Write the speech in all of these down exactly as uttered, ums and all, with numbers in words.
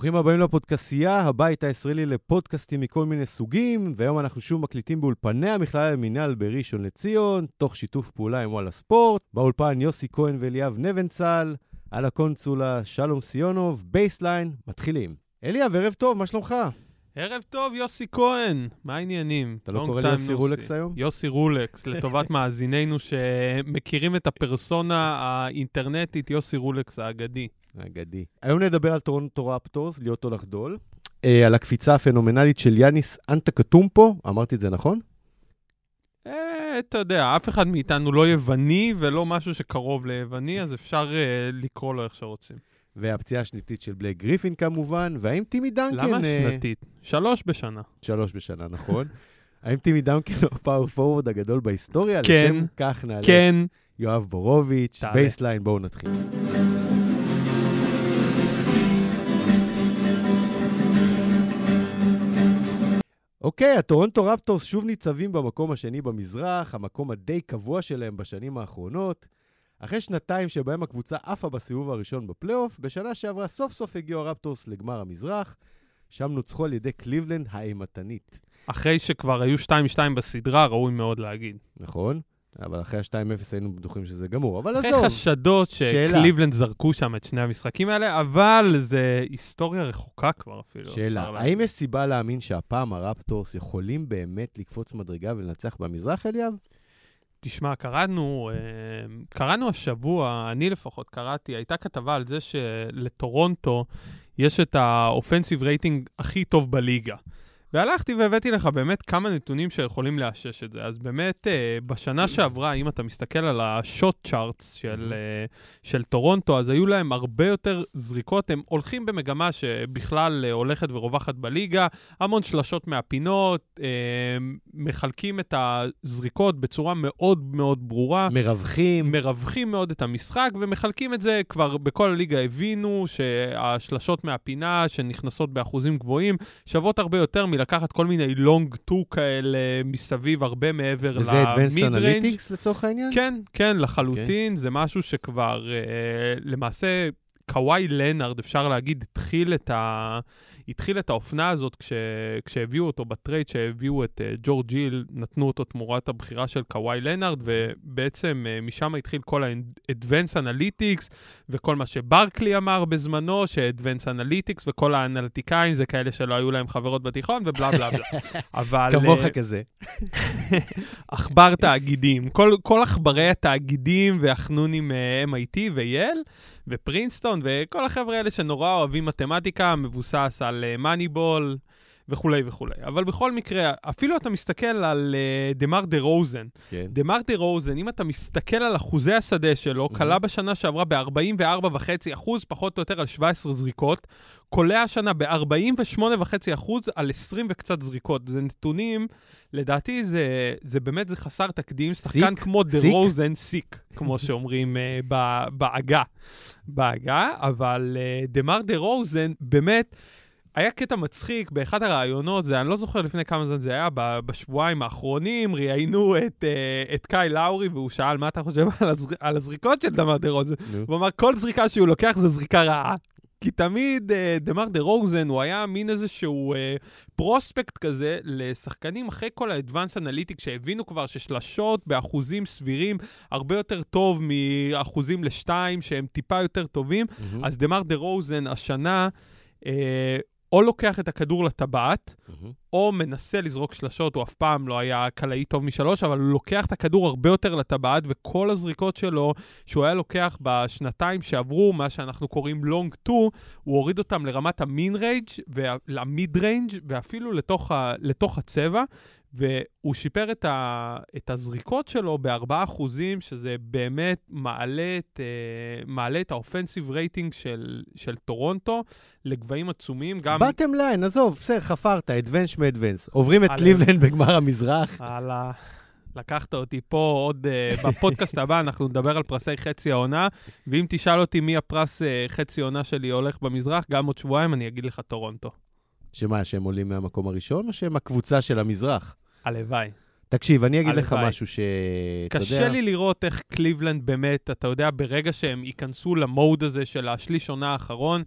ברוכים הבאים לפודקאסייה, הבית הישראלי לפודקאסטים מכל מיני סוגים, והיום אנחנו שוב מקליטים באולפני המכללה למינהל בראשון לציון, תוך שיתוף פעולה עם וואלה ספורט, באולפן יוסי כהן ואליאב נבנצל, על הקונסולה שלום סיונוב, בייסליין, מתחילים. אליאב, ערב טוב, מה שלומך? ערב טוב, יוסי כהן, מה העניינים? אתה לא קורא לי יוסי רולקס היום? יוסי רולקס, לטובת מאזיננו שמכירים את הפרסונה האינטרנטית, יוסי רולקס האגדי. האגדי. היום נדבר על טורונטו רפטורס, להיות או לחדול, אה, על הקפיצה הפנומנלית של יאניס אנטקטומפו, אמרתי את זה נכון? אה, אתה יודע, אף אחד מאיתנו לא יווני ולא משהו שקרוב ליווני, אז אפשר אה, לקרוא לו איך שרוצים. והפציעה השנתית של בלייק גריפין כמובן, והאם טימי דנקן... למה שנתית? שלוש בשנה. שלוש בשנה, נכון. האם טימי דנקן הוא הפאור פורוורד הגדול בהיסטוריה? כן. לשם כך נעלה. כן. יואב בורוביץ', תעלה. בייסליין, בואו נתחיל. אוקיי, הטורונטו רפטורס שוב ניצבים במקום השני במזרח, המקום הדי קבוע שלהם בשנים האחרונות. אחרי שנתיים שבהם הקבוצה עפה בסיבוב הראשון בפלייאוף, בשנה שעברה סוף סוף הגיעו הרפטורס לגמר המזרח, שם נוצחו על ידי קליבלנד האימתנית. אחרי שכבר היו שתיים שתיים בסדרה, ראוי מאוד להגיד. נכון, אבל אחרי ה-שתיים אפס היינו בטוחים שזה גמור, אבל אחרי עזוב. חשדות שקליבלנד זרקו שם את שני המשחקים האלה, אבל זה היסטוריה רחוקה כבר אפילו. שאלה, האם יש סיבה להאמין שהפעם הרפטורס יכולים באמת לקפוץ מדרגה ולנצח במזרח, אליאב? תשמע, קראנו, קראנו השבוע, אני לפחות קראתי, הייתה כתבה על זה שלטורונטו יש את האופנסיב רייטינג הכי טוב בליגה. והלכתי והבאתי לך באמת כמה נתונים שיכולים לאשש את זה. אז באמת, בשנה שעברה, אם אתה מסתכל על השוט צ'ארטס של, של טורונטו, אז היו להם הרבה יותר זריקות. הם הולכים במגמה שבכלל הולכת ורווחת בליגה, המון שלשות מהפינות, מחלקים את הזריקות בצורה מאוד מאוד ברורה. מרווחים. מרווחים מאוד את המשחק, ומחלקים את זה כבר בכל הליגה הבינו שהשלשות מהפינה שנכנסות באחוזים גבוהים, שוות הרבה יותר מלכת לקחת כל מיני לונג טו כאלה מסביב, הרבה מעבר למיד ריינג'. וזה Advanced Analytics לצורך העניין? כן, כן, לחלוטין. Okay. זה משהו שכבר, uh, למעשה, קוואי לנארד, אפשר להגיד, התחיל את ה... התחיל את האופנה הזאת כש... כשהביאו אותו בטרייד, שהביאו את uh, ג'ורג' היל, נתנו אותו תמורת הבחירה של קוואי לנארד, ובעצם uh, משם התחיל כל ה-Advanced Analytics, וכל מה שברקלי אמר בזמנו, ש-Advanced Analytics, וכל האנליטיקאים זה כאלה שלא היו להם חברות בתיכון, ובלה בלה בלה. אבל... כמוך כזה. אכבר תאגידים. כל, כל אכברי התאגידים והחנונים מ-אם איי טי וייל, ופרינסטון, וכל החבר'ה האלה שנורא אוהבים מתמטיקה, מבוסס על מאניבול וכולי וכולי. אבל בכל מקרה, אפילו אתה מסתכל על uh, דמר דה רוזן. כן. דמר דה רוזן, אם אתה מסתכל על אחוזי השדה שלו, mm-hmm. קלה בשנה שעברה ב-ארבעים וארבע נקודה חמש אחוז, פחות או יותר על שבע עשרה זריקות, קולה השנה ב-ארבעים ושמונה נקודה חמש אחוז על עשרים וקצת זריקות. זה נתונים, לדעתי זה, זה באמת זה חסר תקדים, שחקן כמו דה רוזן, סיק, כמו שאומרים uh, בעגה. בעגה, אבל uh, דמר דה רוזן באמת, היה קטע מצחיק באחד הרעיונות, זה, אני לא זוכר לפני כמה זמן זה היה, בשבועיים האחרונים, ראיינו את, uh, את קאי לאורי, והוא שאל מה אתה חושב על, הזר, על הזריקות של דמר דה רוזן. הוא אמר, כל זריקה שהוא לוקח זה זריקה רעה. כי תמיד uh, דמר דה רוזן, הוא היה מין איזשהו uh, פרוספקט כזה לשחקנים אחרי כל ה-Advanced Analytics, שהבינו כבר ששלשות באחוזים סבירים, הרבה יותר טוב מאחוזים לשתיים, שהם טיפה יותר טובים. Mm-hmm. אז דמר דה רוזן השנה... Uh, או לוקח את הכדור לטבעת, mm-hmm. או מנסה לזרוק שלשות, הוא אף פעם לא היה קלעי טוב משלוש, אבל הוא לוקח את הכדור הרבה יותר לטבעת, וכל הזריקות שלו, שהוא היה לוקח בשנתיים שעברו, מה שאנחנו קוראים לונג טו, הוא הוריד אותם לרמת המין ריינג' ולמיד ריינג' ואפילו לתוך, ה, לתוך הצבע, והוא שיפר את, ה, את הזריקות שלו בארבעה אחוזים, שזה באמת מעלה את, uh, מעלה את האופנסיב רייטינג של, של טורונטו לגבהים עצומים. באתם ליין, עזוב, בסדר, חפרת, אדוונס מאדוונס. עוברים את קליבלנד בגמר המזרח. הלאה. לקחת אותי פה עוד, uh, בפודקאסט הבא אנחנו נדבר על פרסי חצי העונה, ואם תשאל אותי מי הפרס uh, חצי העונה שלי הולך במזרח, גם עוד שבועיים אני אגיד לך טורונטו. שמה, שהם עולים מהמקום הראשון, או שהם הקבוצה של המזרח? הלוואי. תקשיב, אני אגיד לך משהו ש... קשה לי לראות איך קליבלנד באמת, אתה יודע, ברגע שהם ייכנסו למוד הזה של השליש עונה האחרון,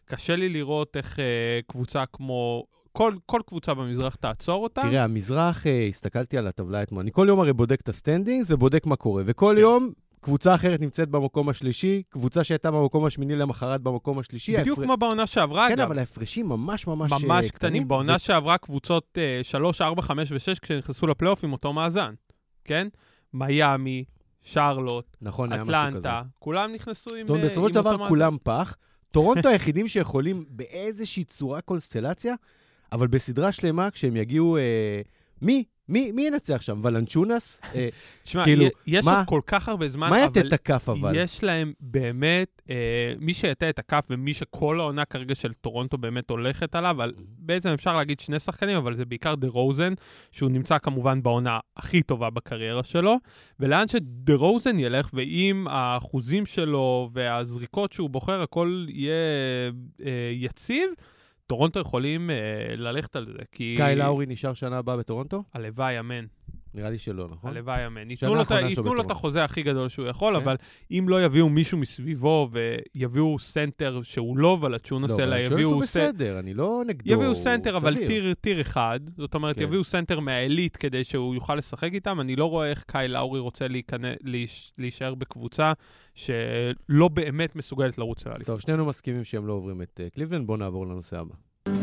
קשה לי לראות איך אה, קבוצה כמו... כל, כל קבוצה במזרח תעצור אותה. תראה, המזרח, אה, הסתכלתי על הטבלה אתמול, אני כל יום הרי בודק את הסטנדינגס ובודק מה קורה, וכל כן. יום קבוצה אחרת נמצאת במקום השלישי, קבוצה שהייתה במקום השמיני למחרת במקום השלישי. בדיוק ההפר... כמו בעונה שעברה, כן, אגב. אבל ההפרשים ממש ממש, ממש קטנים. קטנים. בעונה ו... שעברה קבוצות אה, שלוש, ארבע, חמש ושש, כשנכנסו לפלייאוף עם אותו מאזן, כן? מיאמי, שרלוט, נכון, אטלנטה, כולם נכנסו עם, זאת אומרת, בסופו של דבר כולם פח. טורונטו היחידים שיכולים באיזושהי צורה קונסטלציה, אבל בסדרה שלמה, כשהם יגיעו, אה, מי? מי, מי ינצח שם? ולנצ'ונס? אה, תשמע, כאילו, יש מה, עוד כל כך הרבה זמן, מה יתה את הכף אבל? יש להם באמת, אה, מי שיתה את הכף, ומי שכל העונה כרגע של טורונטו באמת הולכת עליו, אבל בעצם אפשר להגיד שני שחקנים, אבל זה בעיקר דה רוזן, שהוא נמצא כמובן בעונה הכי טובה בקריירה שלו, ולאן שדה רוזן ילך, ואם האחוזים שלו והזריקות שהוא בוחר, הכל יהיה אה, יציב, טורונטו יכולים uh, ללכת על זה, כי... קאי לאורי נשאר שנה הבאה בטורונטו? הלוואי, אמן. נראה לי שלא, נכון? הלוואי, אמן. ייתנו לו את החוזה הכי גדול שהוא יכול, כן? אבל אם לא יביאו מישהו מסביבו, ויביאו סנטר שהוא לא ולצ'ונס, לא, אלא יביאו... יביאו... הוא בסדר, אני לא נגדו, יביאו סנטר, אבל סביר. טיר, טיר אחד, זאת אומרת, כן. יביאו סנטר מהאליט כדי שהוא יוכל לשחק איתם. אני לא רואה איך קאי לאורי רוצה להיכנס, להיש, להישאר בקבוצה שלא באמת מסוגלת לרוץ לאליפות. טוב, שנינו מסכימים שהם לא עוברים את uh, קליבלנד, בואו נעבור לנושא הבא.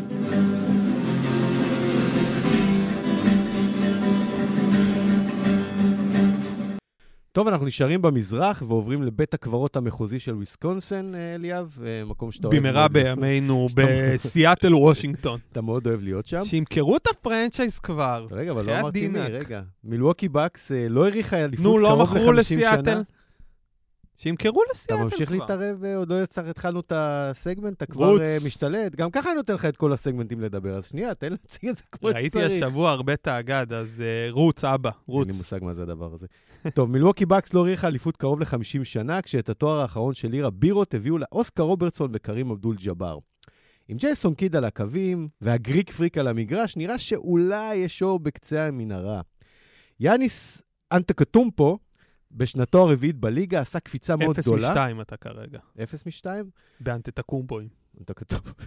טוב, אנחנו נשארים במזרח ועוברים לבית הקברות המחוזי של וויסקונסין, אליאב, מקום שאתה אוהב. במהרה בימינו, בסיאטל וושינגטון. אתה מאוד אוהב להיות שם. שימכרו את הפרנצ'ייז כבר. רגע, אבל לא אמרתי מי, רגע. מילווקי בקס לא העריכה אליפות קרוב נו, לא מכרו ל-חמישים לסיאטל. שנה. שימכרו לסיאטל כבר. אתה ממשיך להתערב, עוד לא יצר, התחלנו את הסגמנט, אתה כבר משתלט. גם ככה אני נותן לך את כל הסגמנטים לדבר, אז שנייה, תן להציג את זה כמו שצריך. ראיתי השבוע הרבה תאגד, אז רוץ, אבא, רוץ. אין לי מושג מה זה הדבר הזה. טוב, מילווקי בקס לא העריכה אליפות קרוב ל-חמישים שנה, כשאת התואר האחרון של עיר הבירות הביאו לה אוסקר רוברטסון וקרים אבדול ג'אבר. עם ג'ייסון קיד על הקווים והגריק פריק על המגרש, נראה שאולי יש אור בקצה המנהרה. יאניס אנטקטומפו, בשנתו הרביעית בליגה, עשה קפיצה מאוד גדולה. אפס משתיים אתה כרגע. אפס משתיים? באנטקטומפואים. אנטקטומפו.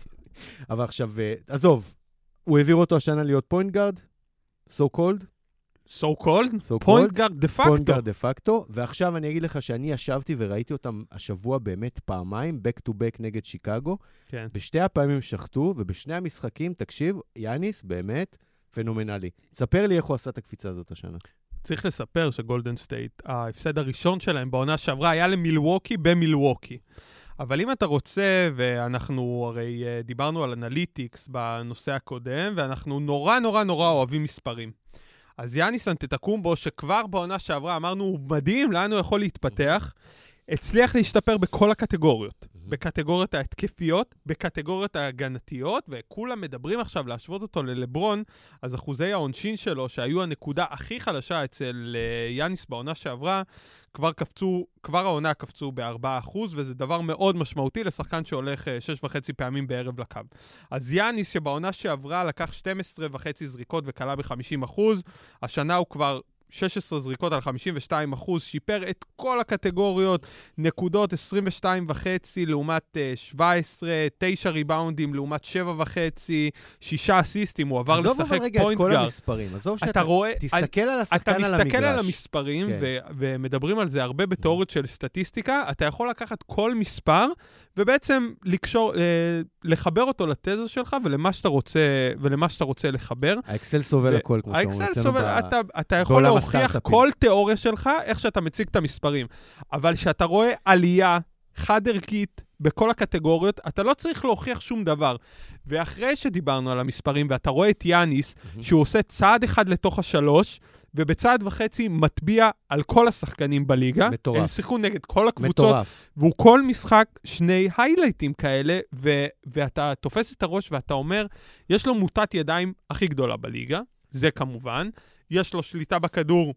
אבל עכשיו, עזוב, הוא העביר אותו השנה להיות פוינט גארד, so called. so called? פוינט גארד דה פקטו. פוינט גארד דה פקטו, ועכשיו אני אגיד לך שאני ישבתי וראיתי אותם השבוע באמת פעמיים, back to back נגד שיקגו. כן. בשתי הפעמים שחטו, ובשני המשחקים, תקשיב, יאניס באמת פנומנלי. ספר לי איך הוא עשה את הקפיצה הזאת השנה. צריך לספר שגולדן סטייט, ההפסד הראשון שלהם בעונה שעברה היה למילווקי במילווקי. אבל אם אתה רוצה, ואנחנו הרי דיברנו על אנליטיקס בנושא הקודם, ואנחנו נורא נורא נורא אוהבים מספרים. אז יאניס אנטטוקומפו, שכבר בעונה שעברה אמרנו, הוא מדהים, לאן הוא יכול להתפתח, הצליח להשתפר בכל הקטגוריות. בקטגוריות ההתקפיות, בקטגוריות ההגנתיות, וכולם מדברים עכשיו להשוות אותו ללברון, אז אחוזי העונשין שלו, שהיו הנקודה הכי חלשה אצל יאניס בעונה שעברה, כבר קפצו, כבר העונה קפצו ב-ארבעה אחוז, וזה דבר מאוד משמעותי לשחקן שהולך שש וחצי פעמים בערב לקו. אז יאניס שבעונה שעברה לקח שתים עשרה וחצי זריקות וקלה ב-חמישים אחוז, השנה הוא כבר שש עשרה זריקות על חמישים ושתיים אחוז, שיפר את כל הקטגוריות, נקודות עשרים ושתיים וחצי לעומת שבע עשרה, תשע ריבאונדים לעומת שבע וחצי, שישה אסיסטים, הוא עבר לשחק פוינט גארד. עזוב אבל רגע את כל המספרים, עזוב שאתה רואה, תסתכל על השחקן על המגרש. אתה מסתכל על המספרים, כן. ו- ומדברים על זה הרבה בתיאוריות של סטטיסטיקה, אתה יכול לקחת כל מספר, ובעצם לקשור, לחבר אותו לתזה שלך, ולמה שאתה רוצה, ולמה שאתה רוצה לחבר. האקסל סובל הכל, כמו שאומרים. האקסל סובל, אתה, אתה יכול להוכיח כל תיאוריה שלך, איך שאתה מציג את המספרים. אבל שאתה רואה עלייה חד ערכית בכל הקטגוריות, אתה לא צריך להוכיח שום דבר. ואחרי שדיברנו על המספרים, ואתה רואה את יאניס, שהוא עושה צעד אחד לתוך השלוש, ובצעד וחצי מטביע על כל השחקנים בליגה. מטורף. הם שיחקו נגד כל הקבוצות. מטורף. והוא כל משחק שני היילייטים כאלה, ו- ואתה תופס את הראש ואתה אומר, יש לו מוטת ידיים הכי גדולה בליגה, זה כמובן. יש לו שליטה בכדור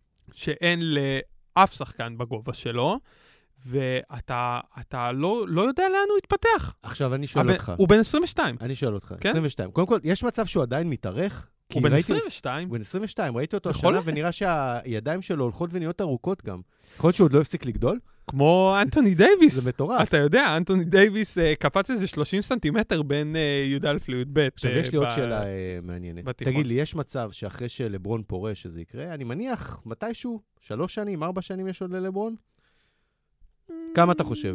שאין לאף שחקן בגובה שלו, ואתה אתה לא, לא יודע לאן הוא יתפתח. עכשיו אני שואל הבן, אותך. הוא בן עשרים ושתיים. אני שואל אותך. כן? עשרים ושתיים. קודם כל, יש מצב שהוא עדיין מתארך? הוא בן עשרים ושתיים. הוא בן עשרים ושתיים, ראיתי אותו השנה, ונראה שהידיים שלו הולכות ונהיות ארוכות גם. יכול להיות שהוא עוד לא הפסיק לגדול? כמו אנטוני דייביס. זה מטורף. אתה יודע, אנטוני דייביס uh, קפץ איזה שלושים סנטימטר בין uh, י"א לי"ב. עכשיו, יש לי ב... עוד שאלה uh, מעניינת. בתיכון. תגיד לי, יש מצב שאחרי שלברון פורש שזה יקרה, אני מניח מתישהו, שלוש שנים, ארבע שנים יש עוד ללברון? כמה אתה חושב?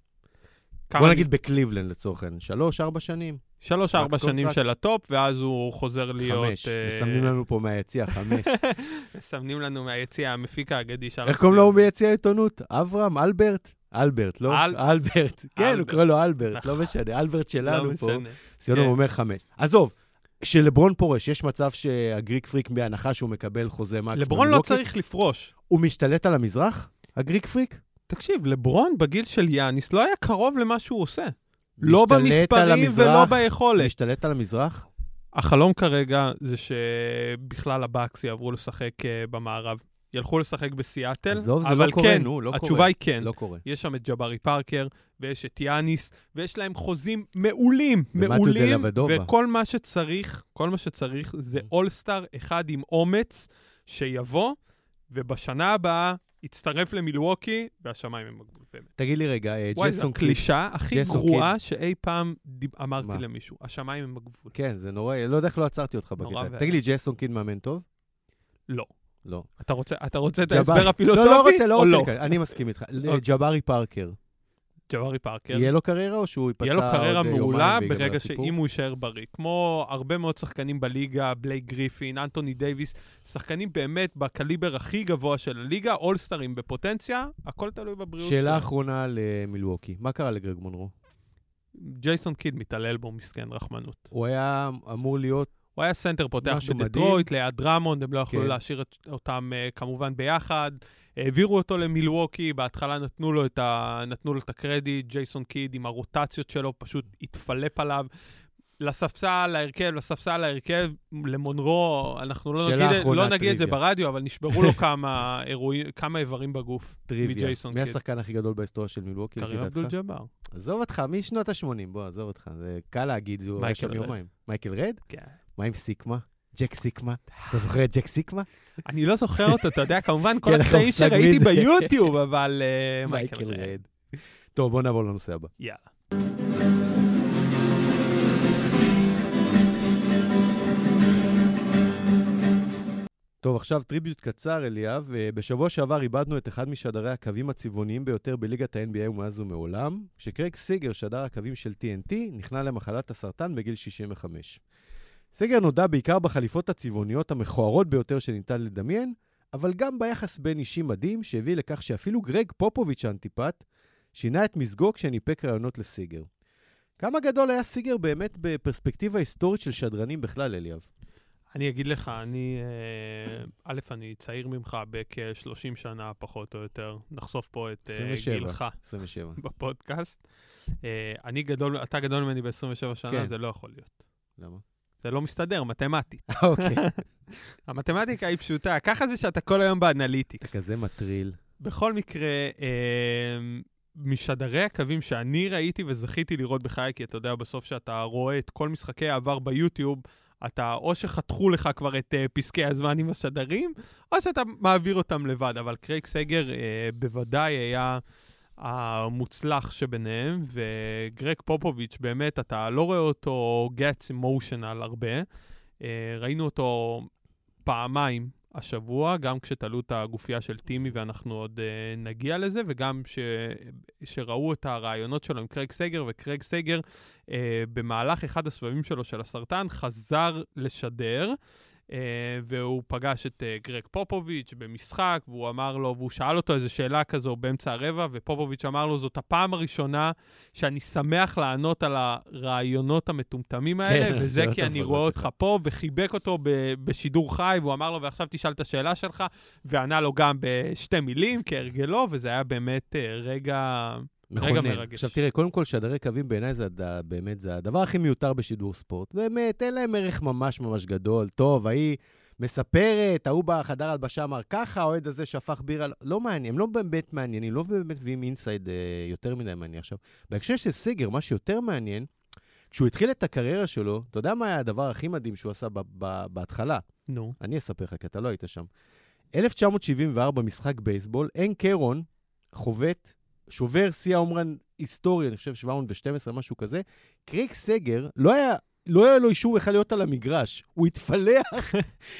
בוא אני... נגיד בקליבלנד לצורך העניין, שלוש, ארבע שנים? שלוש, ארבע שנים של הטופ, ואז הוא חוזר להיות... חמש, מסמנים לנו פה מהיציע, חמש. מסמנים לנו מהיציע, המפיק האגדי שלנו. איך קוראים לו ביציע העיתונות? אברהם, אלברט? אלברט, לא? אלברט. כן, הוא קורא לו אלברט, לא משנה. אלברט שלנו פה. סיונו אומר חמש. עזוב, שלברון פורש, יש מצב שהגריק פריק בהנחה שהוא מקבל חוזה מקס. לברון לא צריך לפרוש. הוא משתלט על המזרח? הגריק פריק? תקשיב, לברון בגיל של יאניס לא היה קרוב למה שהוא עושה. לא במספרים ולא ביכולת. משתלט על המזרח? החלום כרגע זה שבכלל הבאקס יעברו לשחק במערב. ילכו לשחק בסיאטל, אבל כן, התשובה היא כן. יש שם את ג'בארי פארקר, ויש את יאניס, ויש להם חוזים מעולים, מעולים, וכל מה שצריך, כל מה שצריך זה אולסטאר אחד עם אומץ שיבוא, ובשנה הבאה יצטרף למילווקי, והשמיים הם הגבול. תגיד לי רגע, ג'ייסון קיד. וואי, זו קלישה הכי גרועה שאי פעם אמרתי למישהו. השמיים הם הגבול. כן, זה נורא, לא יודע איך לא עצרתי אותך בקטע. תגיד לי, ג'ייסון קיד מאמן טוב? לא. לא. אתה רוצה, אתה רוצה את ההסבר הפילוסופי? לא, לא רוצה, לא רוצה. אני מסכים איתך. ג'בארי פארקר. ג'בארי פרקר. יהיה לו קריירה או שהוא ייפצע? יהיה לו קריירה מעולה ברגע שאם הוא יישאר בריא. כמו הרבה מאוד שחקנים בליגה, בלייק גריפין, אנטוני דייביס, שחקנים באמת בקליבר הכי גבוה של הליגה, אולסטרים בפוטנציה, הכל תלוי בבריאות שלו. שאלה אחרונה למילווקי. מה קרה לגרג מונרו? ג'ייסון קיד מתעלל בו, מסכן, רחמנות. הוא היה אמור להיות... הוא היה סנטר פותח בדטרויט, ליד דרמונד, הם לא יכלו להשאיר אותם כמובן ביחד. העבירו אותו למילווקי, בהתחלה נתנו לו את, ה... נתנו לו את הקרדיט, ג'ייסון קיד עם הרוטציות שלו, פשוט התפלפ עליו. לספסל, להרכב, לספסל, להרכב, למונרו, אנחנו לא נגיד, לא נגיד את זה ברדיו, אבל נשברו לו כמה אירועים, כמה איברים בגוף. טריוויה. מי השחקן הכי גדול בהיסטוריה של מילווקי? קרים אבדול ג'אבר. עזוב אותך, משנות ה-שמונים, בוא, עזוב אותך. זה קל להגיד, הוא היה שם יומיים. מייקל רד? כן. מה עם סיקמה? ג'ק סיקמה? אתה זוכר את ג'ק סיקמה? אני לא זוכר אותו, אתה יודע, כמובן כל הקטעים שראיתי ביוטיוב, אבל מייקל רד. טוב, בוא נעבור לנושא הבא. יאללה. טוב, עכשיו טריביוט קצר, אליאב. בשבוע שעבר איבדנו את אחד משדרי הקווים הצבעוניים ביותר בליגת ה-אן בי איי ומאז ומעולם, כשקרייג סיגר, שדר הקווים של טי אן טי, נכנע למחלת הסרטן בגיל שישים וחמש. סיגר נודע בעיקר בחליפות הצבעוניות המכוערות ביותר שניתן לדמיין, אבל גם ביחס בין אישי מדהים שהביא לכך שאפילו גרג פופוביץ' האנטיפט שינה את מזגו כשניפק רעיונות לסיגר. כמה גדול היה סיגר באמת בפרספקטיבה היסטורית של שדרנים בכלל, אליאב? אני אגיד לך, אני, א', אני צעיר ממך בכ-שלושים שנה פחות או יותר. נחשוף פה את גילך עשרים ושבע בפודקאסט. אני גדול, אתה גדול ממני ב-עשרים ושבע שנה, זה לא יכול להיות. למה? זה לא מסתדר, מתמטית. אוקיי. המתמטיקה היא פשוטה, ככה זה שאתה כל היום באנליטיקס. אתה כזה מטריל. בכל מקרה, משדרי הקווים שאני ראיתי וזכיתי לראות בחיי, כי אתה יודע בסוף שאתה רואה את כל משחקי העבר ביוטיוב, אתה או שחתכו לך כבר את uh, פסקי הזמן עם השדרים, או שאתה מעביר אותם לבד. אבל קרייג סיגר uh, בוודאי היה המוצלח שביניהם, וגרג פופוביץ' באמת, אתה לא רואה אותו gets emotional הרבה. Uh, ראינו אותו פעמיים השבוע, גם כשתלו את הגופייה של טימי, ואנחנו עוד uh, נגיע לזה, וגם ש... שראו את הרעיונות שלו עם קרייג סיגר, וקרייג סיגר uh, במהלך אחד הסבבים שלו של הסרטן חזר לשדר, uh, והוא פגש את uh, גרג פופוביץ' במשחק, והוא אמר לו, והוא שאל אותו איזו שאלה כזו באמצע הרבע, ופופוביץ' אמר לו, זאת הפעם הראשונה שאני שמח לענות על הרעיונות המטומטמים האלה, כן, וזה כי אני רואה אותך פה, וחיבק אותו ב- בשידור חי, והוא אמר לו, ועכשיו תשאל את השאלה שלך, וענה לו גם בשתי מילים, כהרגלו, וזה היה באמת uh, רגע... רגע מרגש. עכשיו תראה, קודם כל שדרי קווים בעיניי זה באמת זה הדבר הכי מיותר בשידור ספורט. באמת, אין להם ערך ממש ממש גדול. טוב, ההיא מספרת, ההוא בחדר הלבשה אמר ככה, האוהד הזה שפך בירה, לא מעניין, הם לא באמת מעניינים, לא באמת מביאים אינסייד יותר מדי מעניין. עכשיו, בהקשר של סיגר, מה שיותר מעניין, כשהוא התחיל את הקריירה שלו, אתה יודע מה היה הדבר הכי מדהים שהוא עשה בהתחלה? נו. אני אספר לך, כי אתה לא היית שם. אלף תשע מאות שבעים וארבע משחק בייסבול, אין קרון חובט שובר שיא העומרן היסטורי, אני חושב שבע מאות ושתים עשרה, משהו כזה. קרייג סגר, לא היה, לא היה לו אישור בכלל להיות על המגרש. הוא התפלח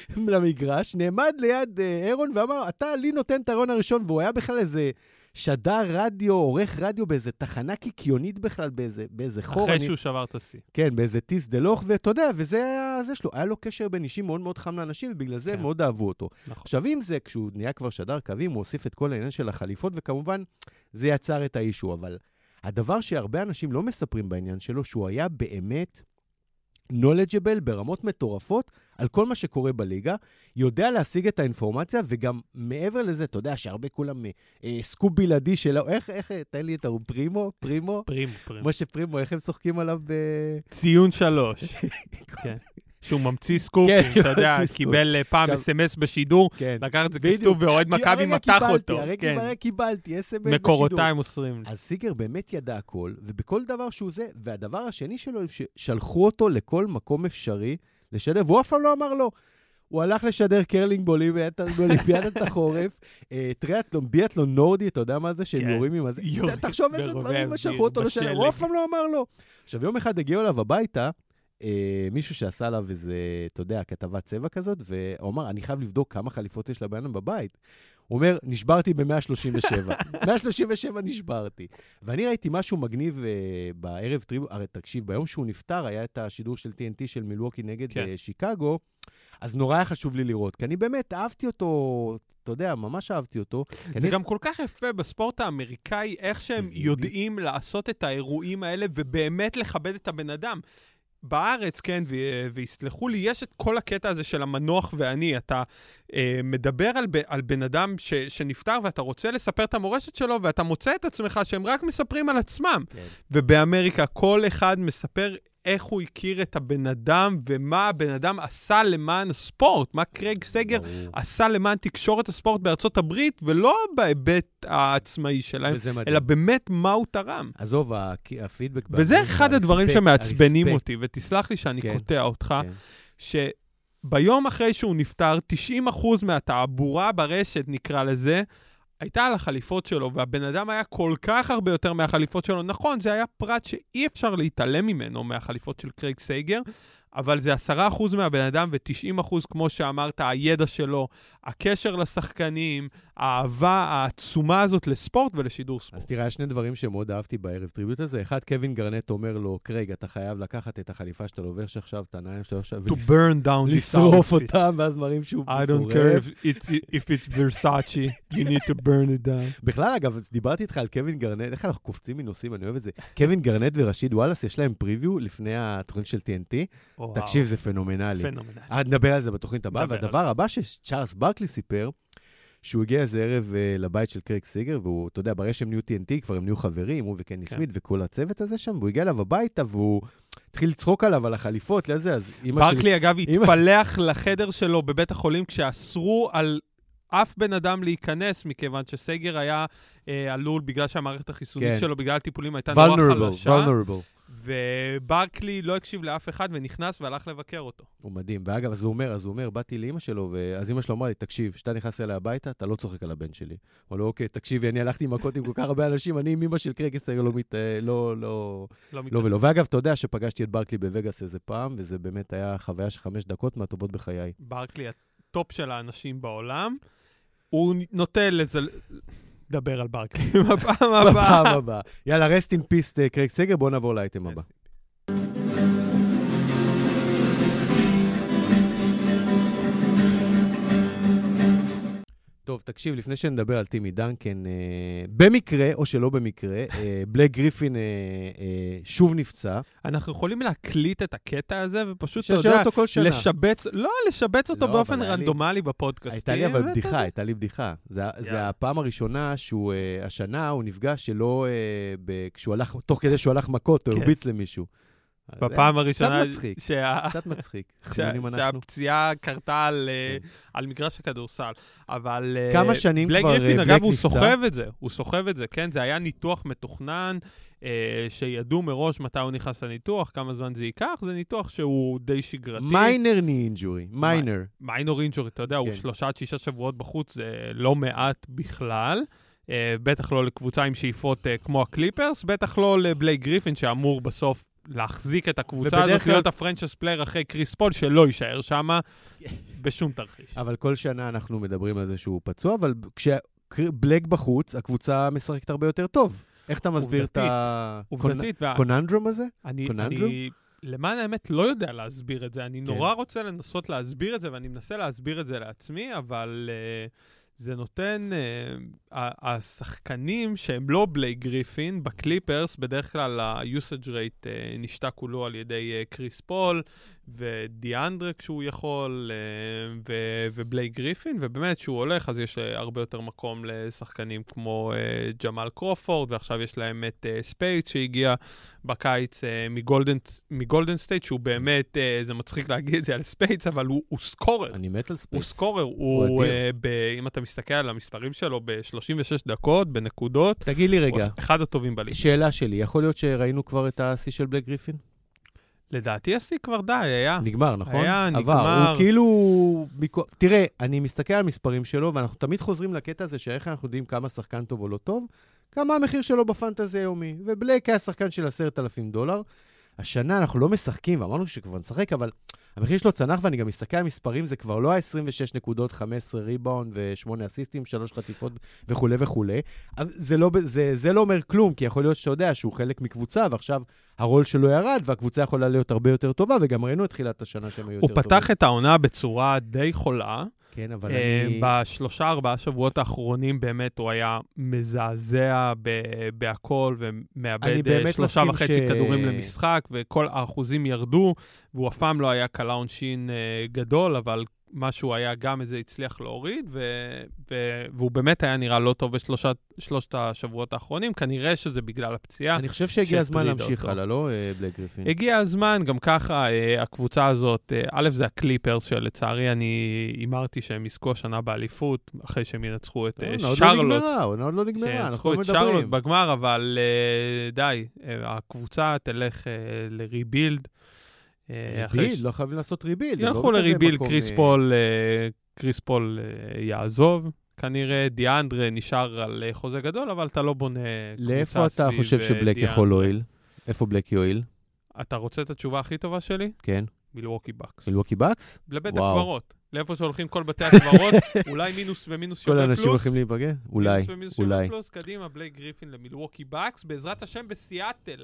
למגרש, נעמד ליד אירון ואמר, אתה לי נותן את הרעיון הראשון, והוא היה בכלל איזה שדר רדיו, עורך רדיו באיזה תחנה קיקיונית בכלל, באיזה, באיזה חור. אחרי אני... שהוא שבר את השיא. כן, באיזה טיס דלוך, ואתה יודע, וזה היה זה שלו. היה לו קשר בין אישים מאוד מאוד חם לאנשים, ובגלל זה כן. מאוד אהבו אותו. נכון. עכשיו, אם זה, כשהוא נהיה כבר שדר קווים, הוא הוסיף את כל העניין של החליפות, וכמובן, זה יצר את האישו. אבל הדבר שהרבה אנשים לא מספרים בעניין שלו, שהוא היה באמת knowledgeable ברמות מטורפות על כל מה שקורה בליגה, יודע להשיג את האינפורמציה, וגם מעבר לזה, אתה יודע שהרבה כולם אה, סקופ בלעדי שלו, איך, איך, תן לי את הוא, פרימו, פרימו, פרימו, פרימו. משה פרימו, איך הם צוחקים עליו ב... ציון שלוש. כן. שהוא ממציא סקופים, אתה יודע, קיבל פעם אס אם אס בשידור, לקח את זה כסטוף ואוהד מכבי מתח אותו. הרגע קיבלתי, אס אם אס בשידור. מקורותיים מוסרים. אז סיגר באמת ידע הכל, ובכל דבר שהוא זה, והדבר השני שלו, ששלחו אותו לכל מקום אפשרי לשדר, והוא אף פעם לא אמר לו. הוא הלך לשדר קרלינג באולימפיאדת החורף, טריאטלון, ביאטלון נורדי, אתה יודע מה זה? שהם יורים עם הזה. תחשוב איזה דברים שלחו אותו לשדר, הוא אף פעם לא אמר לו. עכשיו, יום אחד הגיעו אליו הביתה, מישהו שעשה עליו איזה, אתה יודע, כתבת צבע כזאת, והוא אמר, אני חייב לבדוק כמה חליפות יש לבעיה בבית. הוא אומר, נשברתי ב-מאה שלושים ושבע. מאה שלושים ושבע נשברתי. ואני ראיתי משהו מגניב בערב טריבו, הרי תקשיב, ביום שהוא נפטר, היה את השידור של טי אן טי של מילווקי נגד שיקגו, אז נורא היה חשוב לי לראות, כי אני באמת אהבתי אותו, אתה יודע, ממש אהבתי אותו. זה גם כל כך יפה בספורט האמריקאי, איך שהם יודעים לעשות את האירועים האלה, ובאמת לכבד את הבן אדם. בארץ, כן, ויסלחו לי, יש את כל הקטע הזה של המנוח ואני. אתה אה, מדבר על, ב, על בן אדם ש, שנפטר, ואתה רוצה לספר את המורשת שלו, ואתה מוצא את עצמך שהם רק מספרים על עצמם. כן. ובאמריקה כל אחד מספר איך הוא הכיר את הבן אדם, ומה הבן אדם עשה למען הספורט, מה קרייג סגר ברור. עשה למען תקשורת הספורט בארצות הברית, ולא בהיבט העצמאי שלהם, אלא באמת מה הוא תרם. עזוב, הפידבק... וזה אחד הדברים שמעצבנים אותי, ותסלח לי שאני כן, קוטע אותך, כן. שביום אחרי שהוא נפטר, תשעים אחוז מהתעבורה ברשת, נקרא לזה, הייתה על החליפות שלו, והבן אדם היה כל כך הרבה יותר מהחליפות שלו. נכון, זה היה פרט שאי אפשר להתעלם ממנו מהחליפות של קרייג סייגר, אבל זה עשרה אחוז מהבן אדם ו-תשעים אחוז, כמו שאמרת, הידע שלו, הקשר לשחקנים, האהבה העצומה הזאת לספורט ולשידור ספורט. אז תראה, שני דברים שמאוד אהבתי בערב טריבוט הזה. אחד, קווין גרנט אומר לו, קרייג, אתה חייב לקחת את החליפה שאתה לובש עכשיו, את העיניים שאתה עכשיו, to burn down this לשרוף אותם, ואז מראים שהוא I don't care if it's, if it's Versace, you need to burn it down. בכלל, אגב, דיברתי איתך על קווין גרנט, איך אנחנו קופצים מנושאים, אני אוהב את זה. קווין גרנט ורשיד וואלאס, יש להם פריוויו לפני התוכנית של טי אן טי. תקשיב, זה פנומנלי. פנומנלי. נדבר על זה בתוכנית הבאה, והדבר הבא שצ'ארלס ברקלי סיפר, שהוא הגיע איזה ערב uh, לבית של קרייג סייגר, והוא, אתה יודע, ברגע שהם נהיו טי אן טי, כבר הם נהיו חברים, הוא וקני כן. סמית וכל הצוות הזה שם, והוא הגיע אליו הביתה, והוא התחיל לצחוק עליו על החליפות, לזה, אז ברקלי, שלי... אגב, התפלח לחדר שלו בבית החולים, כשאסרו על אף בן אדם להיכנס, מכיוון שסייגר היה אה, עלול, בגלל שהמערכת החיסונית כן. שלו, בגלל הטיפולים הייתה נורא חלשה. vulnerable. וברקלי לא הקשיב לאף אחד ונכנס והלך לבקר אותו. הוא מדהים. ואגב, אז הוא אומר, אז הוא אומר, באתי לאמא שלו, ואז אמא שלו אמרה לי, תקשיב, שאתה נכנס אליה הביתה, אתה לא צוחק על הבן שלי. הוא אומר לו, אוקיי, תקשיבי, אני הלכתי עם מכות עם כל כך הרבה אנשים, אני עם אמא של קרייג סייגר לא מת... לא, לא, לא, לא ולא. ואגב, אתה יודע שפגשתי את ברקלי בווגאס איזה פעם, וזה באמת היה חוויה של חמש דקות מהטובות בחיי. ברקלי, הטופ של האנשים בעולם, הוא נוטה לזה... דבר על ברקלי בפעם הבאה. בפעם הבאה. יאללה, רסט אין פיס קרייג סייגר, בואו נעבור לאייטם הבא. טוב, תקשיב, לפני שנדבר על טימי דנקן, אה, במקרה או שלא במקרה, אה, בלק גריפין אה, אה, שוב נפצע. אנחנו יכולים להקליט את הקטע הזה, ופשוט, אתה יודע, לשבץ, לא, לשבץ אותו לא, באופן רנדומלי לי, בפודקאסט. הייתה לי אבל בדיחה, הייתה לי בדיחה. זה, זה הפעם הראשונה שהוא, אה, השנה הוא נפגש שלא, אה, ב, כשהוא הלך, תוך כדי שהוא הלך מכות, או הרביץ למישהו. בפעם הראשונה... קצת מצחיק, קצת מצחיק. שהפציעה קרתה על מגרש הכדורסל. אבל... כמה שנים כבר בלק גריפין, אגב, הוא סוחב את זה. הוא סוחב את זה, כן? זה היה ניתוח מתוכנן, שידעו מראש מתי הוא נכנס לניתוח, כמה זמן זה ייקח. זה ניתוח שהוא די שגרתי. מיינר ני אינג'ורי. מיינר. מיינר אינג'ורי, אתה יודע, הוא שלושה עד שישה שבועות בחוץ, זה לא מעט בכלל. בטח לא לקבוצה עם שאיפות כמו הקליפרס, בטח לא לבלייק גריפין שאמור בסוף להחזיק את הקבוצה הזאת, להיות הפרנצ'ייז פלייר אחרי קריס פול, שלא יישאר שם בשום תרחיש. אבל כל שנה אנחנו מדברים על זה שהוא פצוע, אבל כשבלייק בחוץ, הקבוצה משחקת הרבה יותר טוב. איך אתה מסביר את הקוננדרום הזה? אני, למען האמת, לא יודע להסביר את זה. אני נורא רוצה לנסות להסביר את זה, ואני מנסה להסביר את זה לעצמי, אבל זה נותן, השחקנים שהם לא בלייק גריפין, בקליפרס, בדרך כלל ה-usage rate נשתה כולו על ידי קריס פול, ודיאנדרה כשהוא יכול, ובלייק גריפין, ובאמת שהוא הולך, אז יש הרבה יותר מקום לשחקנים כמו ג'מאל קרופורד, ועכשיו יש להם את ספייס שהגיע בקיץ מגולדן סטייט, שהוא באמת, זה מצחיק להגיד את זה על ספייס, אבל הוא סקורר. אני מת על ספייס. הוא סקורר, הוא, אם אתה מסתכל על המספרים שלו, ב-שלושים ושש דקות, בנקודות. תגיד לי רגע. אחד הטובים בליגה. שאלה שלי, יכול להיות שראינו כבר את השיא של בלייק גריפין? לדעתי השיא כבר די, היה. נגמר, נכון? היה, נגמר. עבר. הוא כאילו... תראה, אני מסתכל על המספרים שלו, ואנחנו תמיד חוזרים לקטע הזה, שאיך אנחנו יודעים כמה שחקן טוב או לא טוב, כמה המחיר שלו בפנטזי היומי. ובלייק היה שחקן של עשרת אלפים דולר. השנה אנחנו לא משחקים, ואמרנו שכבר נשחק, אבל המחיר שלו צנח, ואני גם מסתכל על מספרים, זה כבר לא ה-עשרים ושש נקודות, חמש עשרה ריבאונד ו-שמונה אסיסטים, שלוש חטיפות וכו' וכו'. זה לא, זה, זה לא אומר כלום, כי יכול להיות שאתה יודע שהוא חלק מקבוצה, ועכשיו הרול שלו ירד, והקבוצה יכולה להיות הרבה יותר טובה, וגם ראינו את תחילת השנה שהם היו יותר טובים. הוא פתח את העונה בצורה די חולה. כן, אבל אני... בשלושה, ארבעה שבועות האחרונים באמת הוא היה מזעזע בהכל, ומאבד שלושה וחצי כדורים למשחק, וכל האחוזים ירדו, והוא אף פעם לא היה קלה עונשין גדול, אבל משהו היה גם איזה הצליח להוריד, ו- ו- והוא באמת היה נראה לא טוב בשלושת השבועות האחרונים, כנראה שזה בגלל הפציעה. אני חושב שהגיע הזמן להמשיך הלאה, לא בלייק גריפין? הגיע הזמן, גם ככה הקבוצה הזאת, א' זה הקליפרס, שלצערי אני אמרתי שהם יזכו השנה באליפות, אחרי שהם ינצחו את שרלוט. עוד לא נגמרה, אנחנו מדברים. שינצחו את שרלוט בגמר, אבל די, הקבוצה תלך לריבילד, ריבילד, לא חייבים לעשות ריבילד. ילכו לריבילד, קריס פול, קריס פול יעזוב, כנראה דיאנדרה נשאר על חוזה גדול, אבל אתה לא בונה קבוצה סביב לאיפה אתה חושב שבלק יכול להועיל? איפה בלק יועיל? אתה רוצה את התשובה הכי טובה שלי? כן. מילווקי בקס. מילווקי בקס? לבית הקברות. לאיפה שהולכים כל בתי הקברות, אולי מינוס ומינוס שווה פלוס. כל האנשים הולכים להיפגע? אולי, מינוס ומינוס שווה פלוס, קדימה, בלייק גריפין למילווקי בקס, בעזרת השם בסיאטל.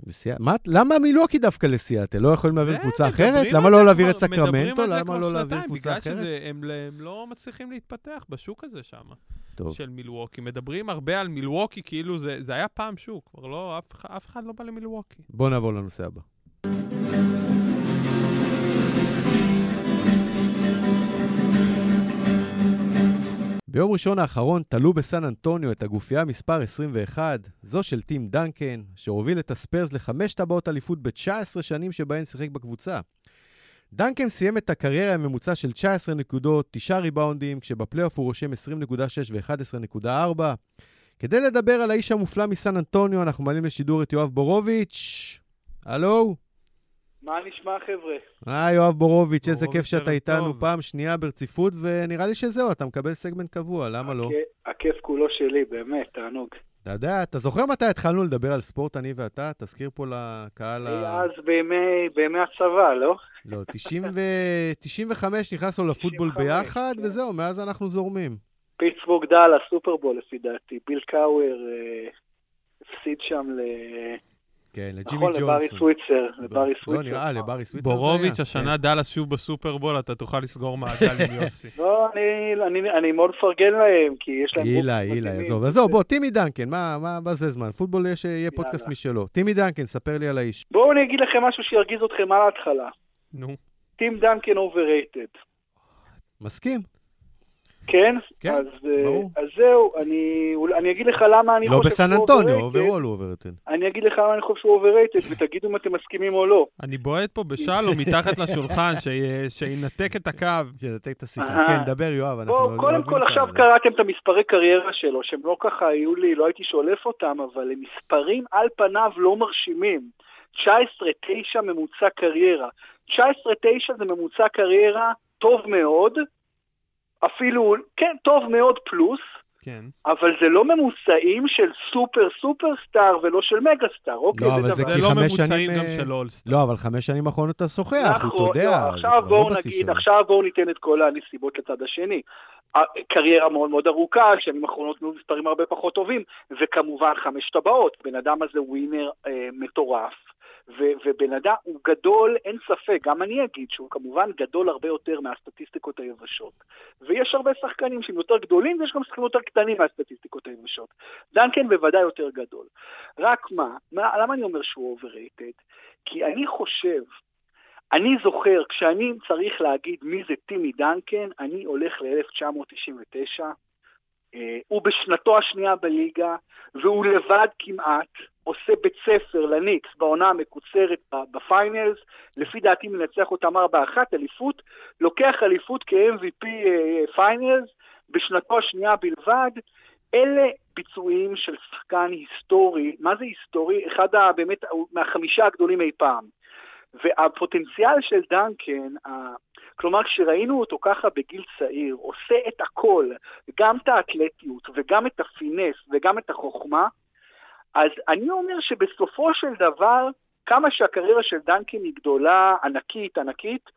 למה מילווקי דווקא לסיאטל? לא יכולים להעביר קבוצה אחרת? למה לא להעביר את סקרמנטו? למה לא להעביר קבוצה אחרת? בגלל שהם לא מצליחים להתפתח בשוק הזה שם, של מילווקי. מדברים הרבה על מילווקי, כאילו זה היה פעם שוק, כבר לא, אף אחד לא בא למילווקי. בואו נעבור לנושא הבא. ביום ראשון האחרון תלו בסן אנטוניו את הגופייה מספר עשרים ואחת, זו של טים דנקן, שהוביל את הספרס לחמש טבעות אליפות ב-תשע עשרה שנים שבהן שיחק בקבוצה. דנקן סיים את הקריירה הממוצע של תשע עשרה נקודות, תשעה ריבאונדים, כשבפלייאוף הוא רושם עשרים נקודה שש ו-אחת עשרה נקודה ארבע. כדי לדבר על האיש המופלא מסן אנטוניו, אנחנו מעלים לשידור את יואב בורוביץ'. הלו? מה נשמע, חבר'ה? אה, יואב בורוביץ', איזה כיף שאתה איתנו פעם שנייה ברציפות, ונראה לי שזהו, אתה מקבל סגמנט קבוע, למה לא? הכיף כולו שלי, באמת, תענוג. אתה יודע, אתה זוכר מתי התחלנו לדבר על ספורט, אני ואתה? תזכיר פה לקהל ה... אז בימי הצבא, לא? לא, תשעים וחמש נכנסנו לפוטבול ביחד, וזהו, מאז אנחנו זורמים. פיטסבורג דאלאס, סופרבול, לפי דעתי. ביל קאוור הפסיד שם ל... כן, לג'ימי ג'ונסון. נכון, לברי סוויצר, לברי סוויצר. לא, נראה, לברי סוויצר. בורוביץ', השנה דאלאס שוב בסופרבול, אתה תוכל לסגור מעגל עם יוסי. לא, אני מאוד מפרגן להם, כי יש להם... אילה, אילה, עזוב. עזוב, בוא, טימי דנקן, מה זה זמן? פוטבול יהיה פודקאסט משלו. טימי דנקן, ספר לי על האיש. בואו אני אגיד לכם משהו שירגיז אתכם על ההתחלה. נו. טים דנקן overrated. מסכים. כן? כן, אז, ברור. אז זהו, אני, אני אגיד לך למה אני לא חושב בסן אנטוניו, אוברול הוא אובררייטד. אני אגיד לך למה אני חושב שהוא אובררייטד, ותגידו אם אתם מסכימים או לא. אני בועט פה בשלום מתחת לשולחן, שינתק את הקו. שינתק את השיחה. כן, דבר יואב. בוא, קודם כל עכשיו קראתם את המספרי קריירה שלו, שהם לא ככה היו לי, לא הייתי שולף אותם, אבל הם מספרים על פניו לא מרשימים. תשע עשרה תשע ממוצע קריירה. תשע עשרה תשע זה ממוצע קריירה טוב מאוד, אפילו, כן, טוב מאוד פלוס, כן. אבל זה לא ממוצעים של סופר סופר סטאר ולא של מגה סטאר, אוקיי? לא, אבל זה זה לא ממוצעים גם של אולסטאר. לא, אבל חמש שנים האחרונות אתה שוחח, אתה יודע. עכשיו בואו נגיד, עכשיו בואו ניתן את כל הנסיבות לצד השני. קריירה מאוד מאוד ארוכה, שנים האחרונות מספרים הרבה פחות טובים, וכמובן חמש טבעות, בן אדם הזה ווינר אה, מטורף, ו- ובן אדם הוא גדול, אין ספק, גם אני אגיד שהוא כמובן גדול הרבה יותר מהסטטיסטיקות היבשות, ויש הרבה שחקנים שהם יותר גדולים, ויש גם שחקנים יותר קטנים מהסטטיסטיקות היבשות. דנקן בוודאי יותר גדול. רק מה, מה למה אני אומר שהוא overrated? כי אני חושב, אני זוכר, כשאני צריך להגיד מי זה טימי דנקן, אני הולך ל-אלף תשע מאות תשעים ותשע, אה, הוא בשנתו השנייה בליגה, והוא לבד כמעט, עושה בית ספר לניקס בעונה המקוצרת בפיינלס, לפי דעתי מנצח אותם ארבע אחת, אליפות, לוקח אליפות כ-אם וי פי פיינלס, בשנתו השנייה בלבד. אלה ביצועים של שחקן היסטורי, מה זה היסטורי? אחד ה, באמת מהחמישה הגדולים אי פעם. והפוטנציאל של דנקן, כלומר כשראינו אותו ככה בגיל צעיר, עושה את הכל, גם את האתלטיות וגם את הפינס וגם את החוכמה, אז אני אומר שבסופו של דבר, כמה שהקריירה של דנקן היא גדולה, ענקית, ענקית,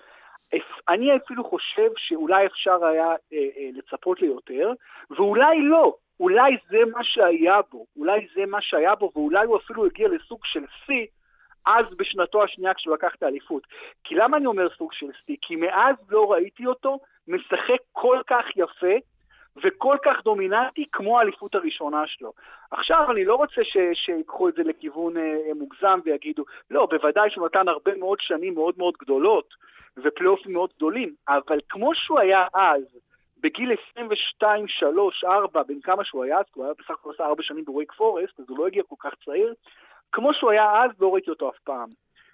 אני אפילו חושב שאולי אפשר היה אה, אה, לצפות ליותר, ואולי לא, אולי זה מה שהיה בו, אולי זה מה שהיה בו, ואולי הוא אפילו הגיע לסוג של C, אז בשנתו השנייה כשהוא לקח את האליפות. כי למה אני אומר סוג של C? כי מאז לא ראיתי אותו משחק כל כך יפה, וכל כך דומיננטי כמו האליפות הראשונה שלו. עכשיו אני לא רוצה ש... שיקחו את זה לכיוון אה, מוגזם ויגידו, לא, בוודאי שהוא נתן הרבה מאוד שנים מאוד מאוד גדולות, ופלייאופים מאוד גדולים, אבל כמו שהוא היה אז, בגיל עשרים ושתיים, שלוש, ארבע, בין כמה שהוא היה אז, הוא היה בסך הכל עשה ארבע שנים בווייק פורסט, אז הוא לא הגיע כל כך צעיר, כמו שהוא היה אז, לא ראיתי אותו אף פעם.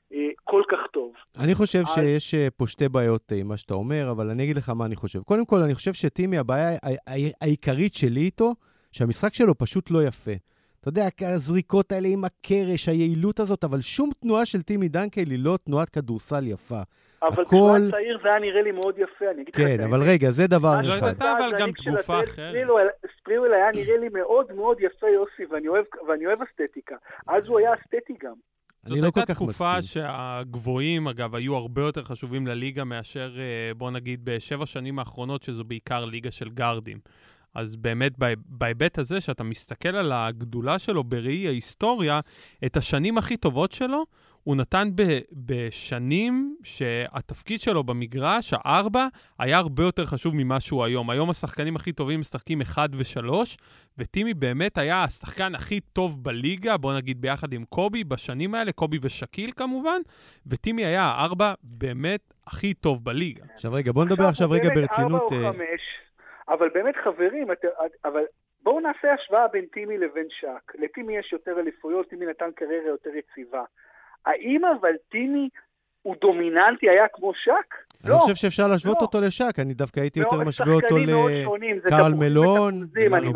כל כך טוב. אני חושב שיש פה שתי בעיות עם מה שאתה אומר, אבל אני אגיד לך מה אני חושב. קודם כל, אני חושב שטימי, הבעיה העיקרית שלי איתו, שהמשחק שלו פשוט לא יפה. אתה יודע, הזריקות האלה עם הקרש, היעילות הזאת, אבל שום תנועה של טימי דנקן היא לא תנועת כדורסל יפה. אבל תנועת צעיר זה היה נראה לי מאוד יפה, אני אגיד לך. כן, אבל רגע, זה דבר אחד. לא הייתה אבל גם תגופה אחרת. ספריוויל היה נראה לי מאוד מאוד יפה, יוסי, ואני אוהב אסתטיקה. אז הוא היה אסתטי גם. אני לא כל כך מסכים. זאת הייתה תקופה שהגבוהים, אגב, היו הרבה יותר חשובים לליגה מאשר, בוא נגיד, בשבע שנים האחרונות, שזו בעיקר ליגה של גארדים. אז באמת, בהיבט הזה, שאתה מסתכל על הגדולה שלו בראי ההיסטוריה, את השנים הכי טובות שלו, הוא נתן ב- בשנים שהתפקיד שלו במגרש, הארבע, היה הרבה יותר חשוב ממה שהוא היום. היום השחקנים הכי טובים משחקים אחד ושלוש, וטימי באמת היה השחקן הכי טוב בליגה, בוא נגיד ביחד עם קובי, בשנים האלה, קובי ושקיל כמובן, וטימי היה הארבע באמת הכי טוב בליגה. עכשיו רגע, בוא נדבר עכשיו רגע ברצינות. ארבע או חמש, אבל באמת חברים, אבל בואו נעשה השוואה בין טימי לבין שק. לטימי יש יותר אליפויות, טימי נתן קריירה יותר יציבה. האם אבל טימי הוא דומיננטי היה כמו שק? אני חושב שאפשר להשוות אותו לשק, אני דווקא הייתי יותר משווה אותו לקרל מלון,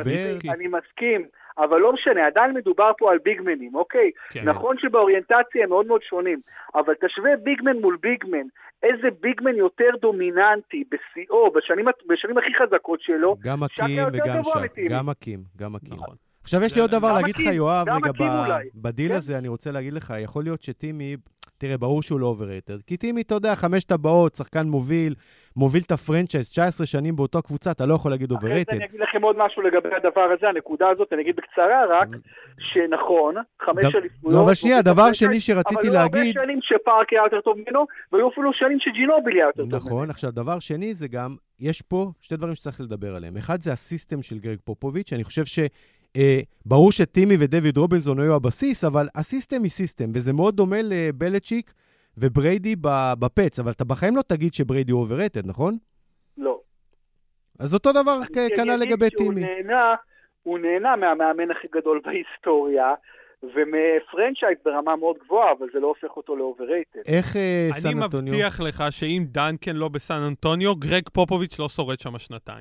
אני מסכים, אבל לא משנה, עדיין מדובר פה על ביגמנים, אוקיי? נכון שבאוריינטציה הם מאוד מאוד שונים, אבל תשווה ביגמן מול ביגמן, איזה ביגמן יותר דומיננטי בשיאו, בשנים הכי חזקות שלו, גם מקים וגם שק, גם מקים, גם מקים. עכשיו יש לי עוד דבר להגיד לך, יואב, רגע, בדיל הזה אני רוצה להגיד לך, יכול להיות שטימי, תראה, ברור שהוא לא אובררייטד, כי טימי, אתה יודע, חמש טבעות, שחקן מוביל, מוביל את הפרנצ'ייז, תשע עשרה שנים באותה קבוצה, אתה לא יכול להגיד אובררייטד. אני אגיד לכם עוד משהו לגבי הדבר הזה, הנקודה הזאת, אני אגיד בקצרה רק, שנכון, חמש אליפויות. לא, אבל שנייה, דבר שני שרציתי להגיד... אבל לא הרבה שנים שפארק היה יותר טוב ממנו, והיו אפילו שנים שג'ינובילי היה יותר טוב ממנו. נכון, עכשיו, דבר שני זה גם, יש פה שתי דברים שצריך לדבר עליהם. אחד זה הסיסטם של גרג פופוביץ', אני חושב ש Uh, ברור שטימי ודויד רובינזון היו הבסיס, אבל הסיסטם היא סיסטם, וזה מאוד דומה לבלצ'יק ובריידי בפץ, אבל אתה בחיים לא תגיד שבריידי הוא אובררייטד, נכון? לא. אז אותו דבר כנ"ל לגבי טימי. נהנה, הוא נהנה מהמאמן הכי גדול בהיסטוריה, ומפרנצ'ייז ברמה מאוד גבוהה, אבל זה לא הופך אותו לאובררייטד. איך סן אנטוניו? אני מבטיח לך שאם דנקן לא בסן אנטוניו, גרג פופוביץ' לא שורד שם שנתיים.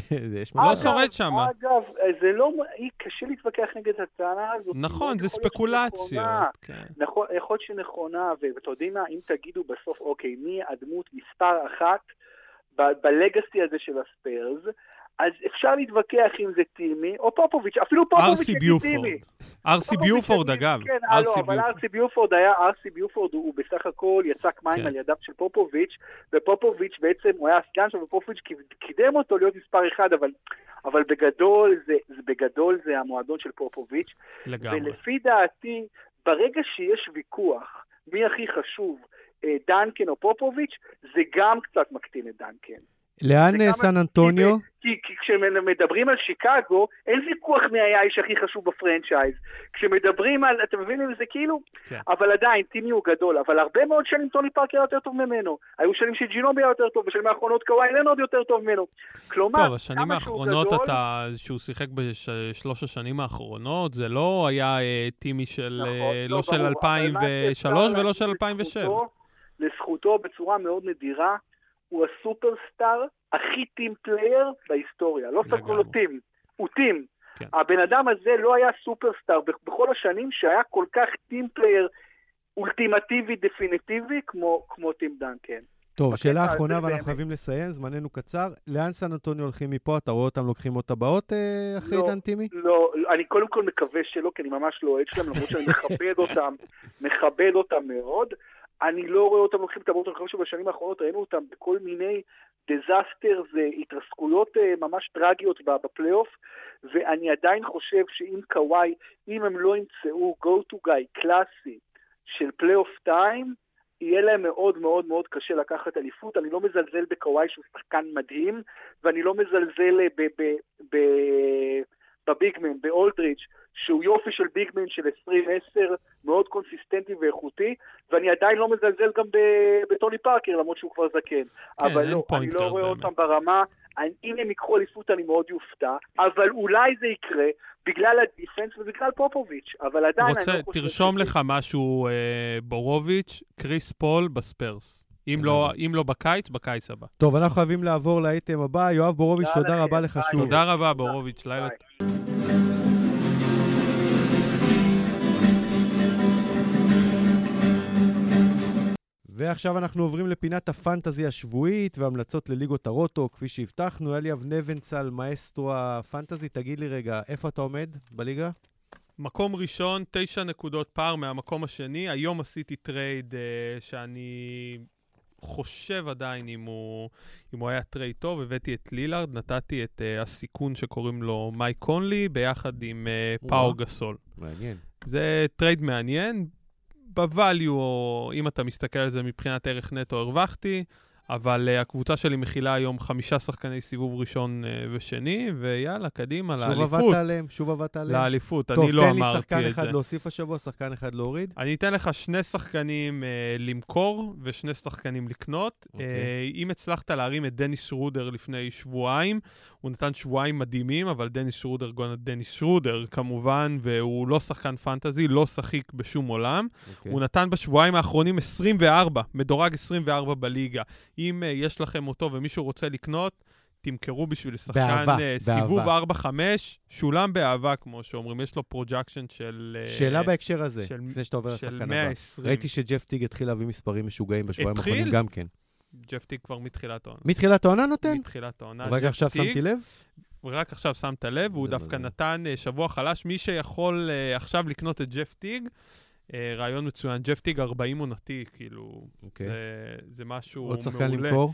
לא שורד שם. אגב, זה לא, קשה להתווכח נגד הטענה הזאת. נכון, זה ספקולציות. נכון, יכול להיות שנכונה, ואתה יודעים מה, אם תגידו בסוף, אוקיי, מי הדמות מספר אחת בלגסי הזה של הספיירס, אז אפשר להתווכח אם זה טימי, או פופוביץ', אפילו פופוביץ' לגיטימי. ארסי ביופורד, אגב. כן, לא, אבל ארסי ביופורד היה, ארסי ביופורד הוא בסך הכל יצק מים על ידיו של פופוביץ', ופופוביץ' בעצם הוא היה הסגן שלו, ופופוביץ' קידם אותו להיות מספר אחד, אבל, אבל בגדול זה, בגדול זה המועדון של פופוביץ'. לגמרי. ולפי דעתי, ברגע שיש ויכוח, מי הכי חשוב, דנקן או פופוביץ', זה גם קצת מקטין את דנקן. לאן סן אנטוניו? כי, כי כשמדברים על שיקגו, אין ויכוח מי היה האיש הכי חשוב בפרנצ'ייז. כשמדברים על, אתם מבינים, זה כאילו, כן. אבל עדיין, טימי הוא גדול, אבל הרבה מאוד שנים טוני פארקר יותר טוב ממנו. היו שנים שג'ינובי היה יותר טוב, ושנים האחרונות קוואי לנורד יותר טוב ממנו. כלומר, טוב, השנים האחרונות גדול, אתה, שהוא שיחק בשלוש השנים האחרונות, זה לא היה אה, טימי של, נכון, אה, לא, לא של ברור, אלפיים ושלוש ולא של אלפיים ושבע. לזכותו בצורה מאוד נדירה, הוא הסופרסטאר הכי טים פלייר בהיסטוריה. לא סתכלו לו טים, הוא טים. כן. הבן אדם הזה לא היה סופרסטאר בכל השנים שהיה כל כך טים פלייר אולטימטיבי, דפיניטיבי, כמו, כמו טים דנקן. טוב, שאלה אחרונה ואנחנו באמת. חייבים לסיים, זמננו קצר. לאן סן אנטוניו הולכים מפה? אתה רואה אותם לוקחים עוד טבעות אה, אחרי לא, דן טימי? לא, אני קודם כל מקווה שלא, כי אני ממש לא אוהד שלהם, למרות שאני מכבד אותם, מכבד אותם מאוד. אני לא רואה אותם לוקחים טבעות, אני חושב שבשנים האחרונות ראינו אותם בכל מיני דיזסטר והתרסקויות ממש טרגיות בפלייאוף, ואני עדיין חושב שאם קוואי, אם הם לא ימצאו go to guy קלאסי של פלייאוף טיים, יהיה להם מאוד מאוד מאוד קשה לקחת אליפות. אני לא מזלזל בקוואי שהוא שחקן מדהים, ואני לא מזלזל בביגמן, באולדריץ', שהוא יופי של ביגמן של עשרים עשר, מאוד קונסיסטנטי ואיכותי, ואני עדיין לא מזלזל גם בטוני פארקר, למרות שהוא כבר זקן. אבל לא, אני לא רואה אותם ברמה, אם הם יקחו אליפות אני מאוד יופתע, אבל אולי זה יקרה בגלל הדיפנס ובגלל פופוביץ', אבל עדיין רוצה, אני לא חושב... תרשום לך משהו, בורוביץ', קריס פול בספרס. אם לא, אם לא בקיץ, בקיץ הבא. טוב, אנחנו חייבים לעבור לאייטם הבא. יואב בורוביץ', תודה רבה לך שוב. תודה רבה, בורוביץ', לילה. ועכשיו אנחנו עוברים לפינת הפנטזי השבועית והמלצות לליגות הרוטו, כפי שהבטחנו. אליאב נבנצל, מאסטרו הפנטזי, תגיד לי רגע, איפה אתה עומד בליגה? מקום ראשון, תשע נקודות פער מהמקום השני. היום עשיתי טרייד uh, שאני חושב עדיין אם הוא, אם הוא היה טרייד טוב. הבאתי את לילארד, נתתי את uh, הסיכון שקוראים לו מייק קונלי, ביחד עם uh, פאו גסול. מעניין. זה טרייד מעניין. בווליו, אם אתה מסתכל על זה מבחינת ערך נטו, הרווחתי, אבל uh, הקבוצה שלי מכילה היום חמישה שחקני סיבוב ראשון uh, ושני, ויאללה, קדימה, לאליפות. שוב עבדת עליהם, שוב עבדת עליהם. לאליפות, אני לא אמרתי את זה. טוב, תן לי שחקן אחד להוסיף השבוע, שחקן אחד להוריד. אני אתן לך שני שחקנים uh, למכור, ושני שחקנים לקנות. Okay. Uh, אם הצלחת להרים את דניס רודר לפני שבועיים, הוא נתן שבועיים מדהימים, אבל דניס רודר גונה דניס רודר, כמובן, והוא לא שחקן פנטזי, לא שחיק בשום עולם. Okay. הוא נתן בשבועיים האחרונים עשרים וארבע, מדורג עשרים וארבע בליגה. אם uh, יש לכם אותו ומישהו רוצה לקנות, תמכרו בשביל שחקן באהבה, uh, סיבוב ארבע חמש, שולם באהבה, כמו שאומרים. יש לו פרוג'קשן של... Uh, שאלה בהקשר הזה, לפני שאתה עובר לשחקן הבא. ראיתי שג'ף טיג התחיל להביא מספרים משוגעים בשבועיים האחרונים גם כן. ג'ף טיג כבר מתחילת העונה. מתחילת העונה נותן? מתחילת העונה. רק עכשיו שמתי לב? רק עכשיו שמת לב, והוא דווקא נתן uh, שבוע חלש. מי שיכול uh, עכשיו לקנות את ג'ף טיג, Uh, רעיון מצוין, ג'ף טיג ארבעים עונתי, כאילו, okay. זה, זה משהו מעולה. עוד שחקן למכור?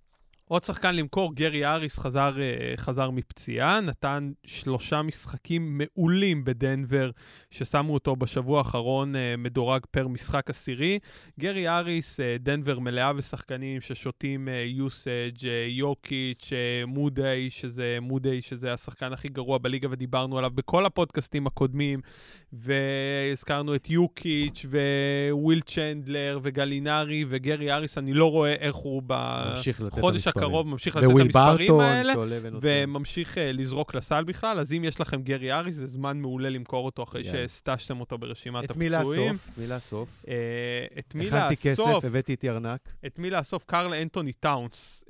עוד שחקן למכור, גרי אריס חזר, uh, חזר מפציעה, נתן שלושה משחקים מעולים בדנבר, ששמו אותו בשבוע האחרון uh, מדורג פר משחק עשירי. גרי אריס, uh, דנבר מלאה בשחקנים ששותים יוסאג', uh, יוקיץ', uh, מודי, שזה מודי, שזה השחקן הכי גרוע בליגה, ודיברנו עליו בכל הפודקאסטים הקודמים, והזכרנו את יוקיץ' וויל צ'נדלר וגלינרי וגרי אריס. אני לא רואה איך הוא בחודש הקרוב ממשיך לתת את המספרים האלה, וממשיך לזרוק לסל בכלל. אז אם יש לכם גרי אריס, זה זמן מעולה למכור אותו אחרי שסטשתם אותו ברשימת הפצועים. את מי לאסוף? מי לאסוף? את מי לאסוף? הכנתי כסף, הבאתי איתי ארנק. את מי לאסוף? קרל אנטוני טאונס.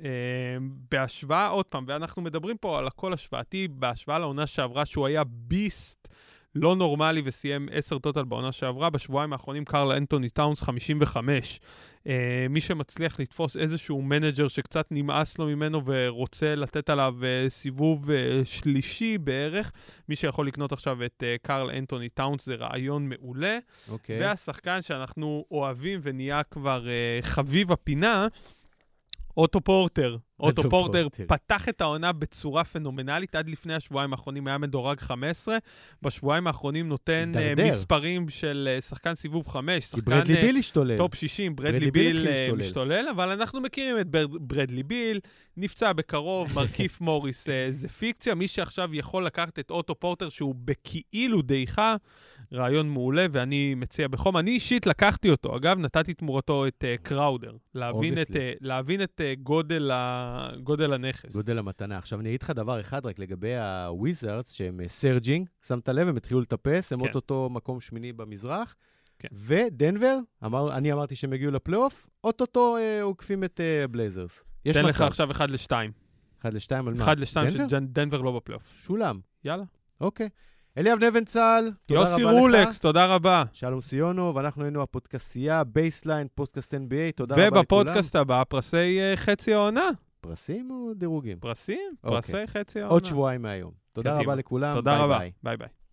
בהשוואה, עוד פעם, ואנחנו מדברים פה על הכל השוואתי, בהשוואה לעונה שעברה שהוא היה ביסט, לא נורמלי וסיים עשר טוטל בעונה שעברה. בשבועיים האחרונים קרל אנטוני טאונס חמישים וחמש. Uh, מי שמצליח לתפוס איזשהו מנג'ר שקצת נמאס לו ממנו ורוצה לתת עליו uh, סיבוב uh, שלישי בערך, מי שיכול לקנות עכשיו את uh, קרל אנטוני טאונס זה רעיון מעולה. Okay. והשחקן שאנחנו אוהבים ונהיה כבר uh, חביב הפינה, אוטו פורטר. אוטו פורטר פתח את העונה בצורה פנומנלית, עד לפני השבועיים האחרונים היה מדורג חמש עשרה, בשבועיים האחרונים נותן uh, מספרים של uh, שחקן סיבוב חמש, שחקן uh, טופ שישים, ברדלי ביל uh, משתולל, אבל אנחנו מכירים את בר, ברדלי ביל, נפצע בקרוב, מרקיף מוריס, uh, זה פיקציה, מי שעכשיו יכול לקחת את אוטו פורטר שהוא בכאילו דעיכה, רעיון מעולה, ואני מציע בחום. אני אישית לקחתי אותו, אגב, נתתי תמורתו את uh, קראודר, להבין את, uh, להבין את uh, גודל ה... גודל הנכס. גודל המתנה. עכשיו אני אגיד לך דבר אחד רק לגבי הוויזרדס, שהם סרג'ינג, שמת לב, הם התחילו לטפס, הם עוד אותו מקום שמיני במזרח, ודנבר, אני אמרתי שהם הגיעו לפלייאוף, אוטוטו עוקפים את הבלייזרס. תן לך עכשיו אחד לשתיים. אחד לשתיים על מה? אחד לשתיים שדנבר לא בפלייאוף. שולם. יאללה. אוקיי. אליאב נבנצל, תודה רבה לך. יוסי רולקס, תודה רבה. שלום סיונו, ואנחנו היינו הפודקאסייה, בייסליין, פודקאסט אן בי איי, תודה רבה לכולם. ובפודקאסט הבא, פרסי חצי העונה. פרסים או דירוגים? פרסים, פרסי חצי העונה. עוד שבועיים מהיום. תודה רבה לכולם. תודה רבה. ביי ביי.